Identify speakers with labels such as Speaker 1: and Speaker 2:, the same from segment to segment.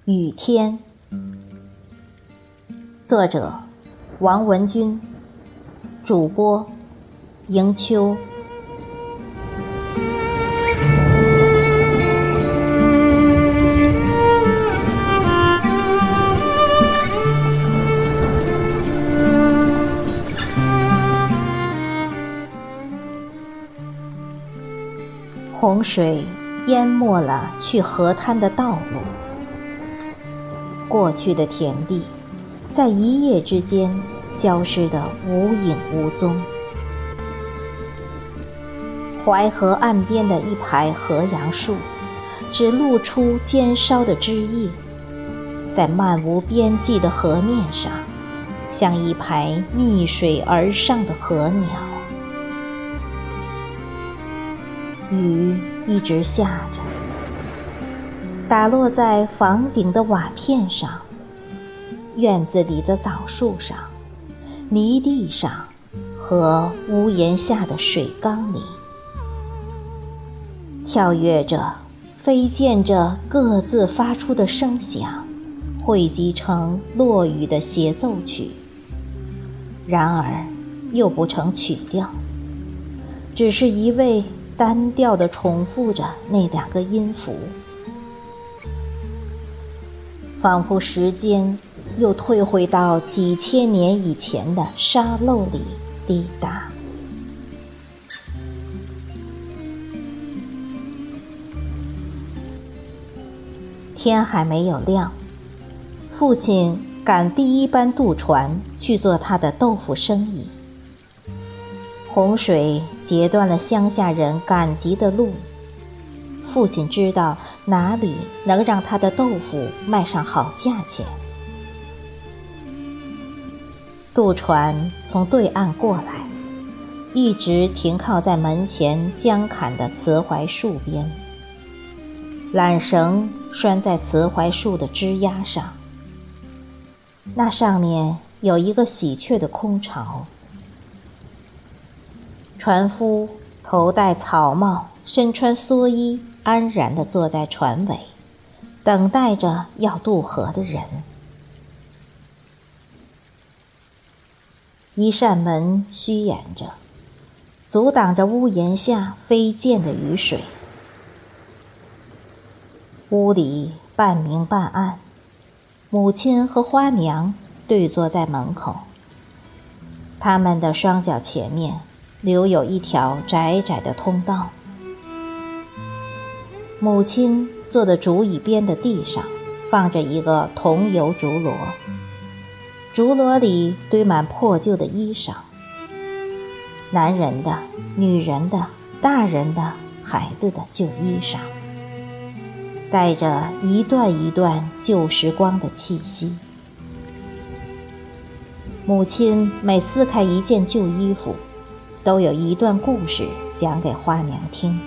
Speaker 1: 雨天，作者王文君，主播迎秋。洪水淹没了去河滩的道路，过去的田地在一夜之间消失得无影无踪。淮河岸边的一排河杨树只露出尖梢的枝叶，在漫无边际的河面上，像一排逆水而上的河鸟。雨一直下着，打落在房顶的瓦片上，院子里的枣树上，泥地上和屋檐下的水缸里，跳跃着飞溅着各自发出的声响，汇集成落雨的协奏曲，然而又不成曲调，只是一味单调地重复着那两个音符，仿佛时间又退回到几千年以前的沙漏里滴答。天还没有亮，父亲赶第一班渡船去做他的豆腐生意。洪水截断了乡下人赶集的路，父亲知道哪里能让他的豆腐卖上好价钱。渡船从对岸过来，一直停靠在门前将砍的瓷槐树边，缆绳拴在瓷槐树的枝丫上，那上面有一个喜鹊的空巢。船夫头戴草帽，身穿蓑衣，安然地坐在船尾，等待着要渡河的人。一扇门虚掩着，阻挡着屋檐下飞溅的雨水。屋里半明半暗，母亲和花娘对坐在门口，他们的双脚前面留有一条窄窄的通道。母亲坐的竹椅边的地上放着一个桐油竹箩，竹箩里堆满破旧的衣裳，男人的、女人的、大人的、孩子的旧衣裳，带着一段一段旧时光的气息。母亲每撕开一件旧衣服，都有一段故事讲给花娘听。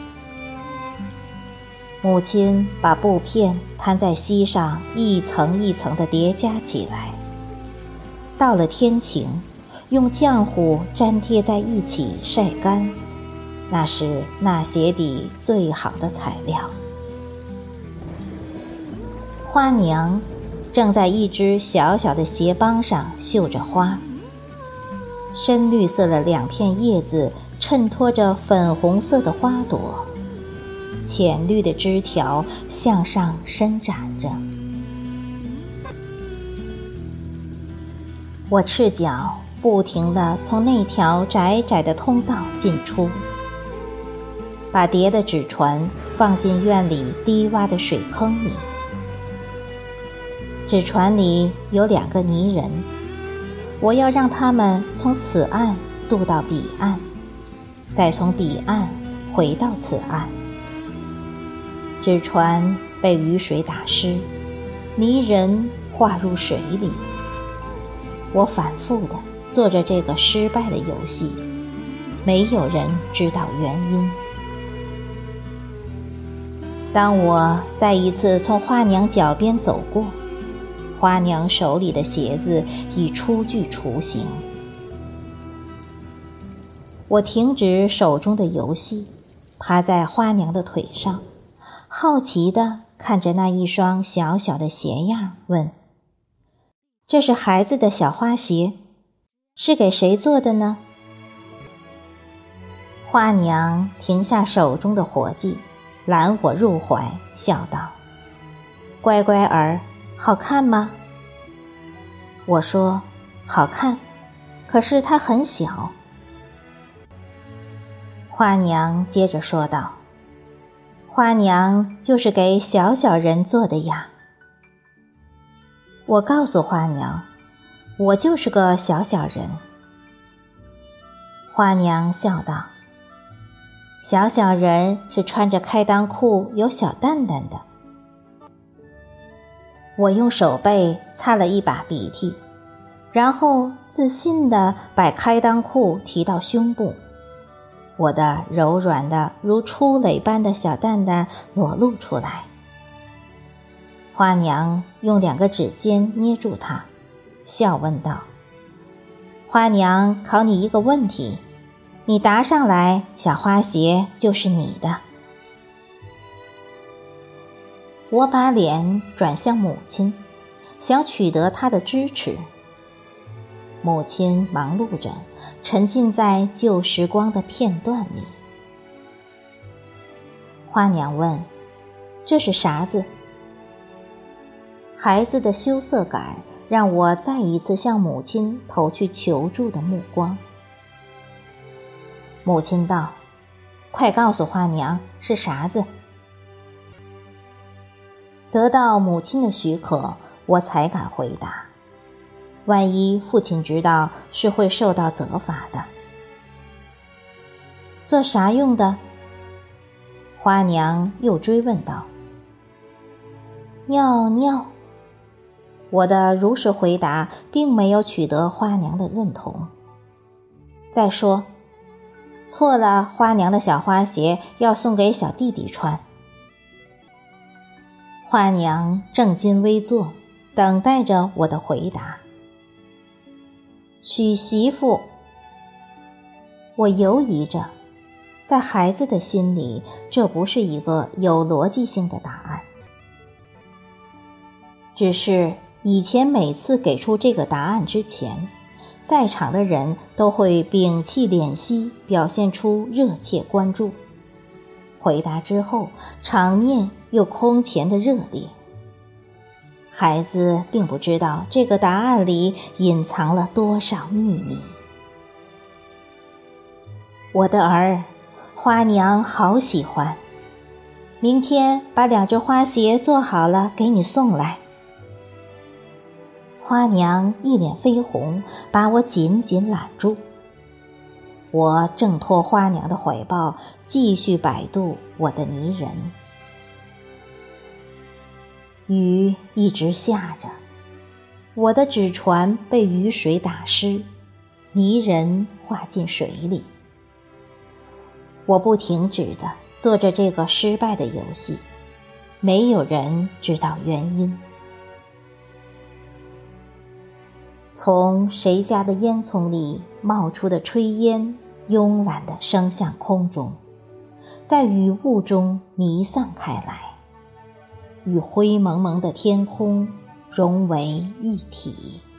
Speaker 1: 母亲把布片摊在膝上，一层一层地叠加起来，到了天晴，用浆糊粘贴在一起晒干，那是纳鞋底最好的材料。花娘正在一只小小的鞋帮上绣着花，深绿色的两片叶子衬托着粉红色的花朵，浅绿的枝条向上伸展着。我赤脚不停地从那条窄窄的通道进出，把叠的纸船放进院里低洼的水坑里。纸船里有两个泥人，我要让他们从此岸渡到彼岸，再从彼岸回到此岸。纸船被雨水打湿，泥人滑入水里。我反复地做着这个失败的游戏，没有人知道原因。当我再一次从花娘脚边走过，花娘手里的鞋子已初具雏形。我停止手中的游戏，趴在花娘的腿上，好奇地看着那一双小小的鞋样，问：这是孩子的小花鞋，是给谁做的呢？花娘停下手中的活计，揽我入怀，笑道：乖乖儿，好看吗？我说：好看，可是它很小。花娘接着说道：花娘就是给小小人做的呀。我告诉花娘，我就是个小小人。花娘笑道：小小人是穿着开裆裤有小蛋蛋的。我用手背擦了一把鼻涕，然后自信地把开裆裤提到胸部，我的柔软的如初蕾般的小蛋蛋裸露出来。花娘用2个指尖捏住它，笑问道：花娘考你一个问题，你答上来，小花鞋就是你的。我把脸转向母亲，想取得她的支持。母亲忙碌着，沉浸在旧时光的片段里。花娘问：这是啥子？孩子的羞涩感让我再一次向母亲投去求助的目光。母亲道：快告诉花娘是啥子。得到母亲的许可，我才敢回答，万一父亲知道是会受到责罚的。做啥用的？花娘又追问道。尿尿。我的如实回答并没有取得花娘的认同。再说，错了，花娘的小花鞋要送给小弟弟穿。花娘正襟危坐，等待着我的回答。娶媳妇。我犹疑着，在孩子的心里，这不是一个有逻辑性的答案。只是以前每次给出这个答案之前，在场的人都会屏气敛息，表现出热切关注。回答之后，场面又空前的热烈。孩子并不知道这个答案里隐藏了多少秘密。我的儿，花娘好喜欢，明天把2只花鞋做好了给你送来。花娘一脸绯红，把我紧紧揽住。我挣脱花娘的怀抱，继续摆渡我的泥人。雨一直下着，我的纸船被雨水打湿，泥人滑进水里。我不停止地做着这个失败的游戏，没有人知道原因。从谁家的烟囱里冒出的炊烟，慵懒地升向空中，在雨雾中弥散开来，与灰蒙蒙的天空融为一体。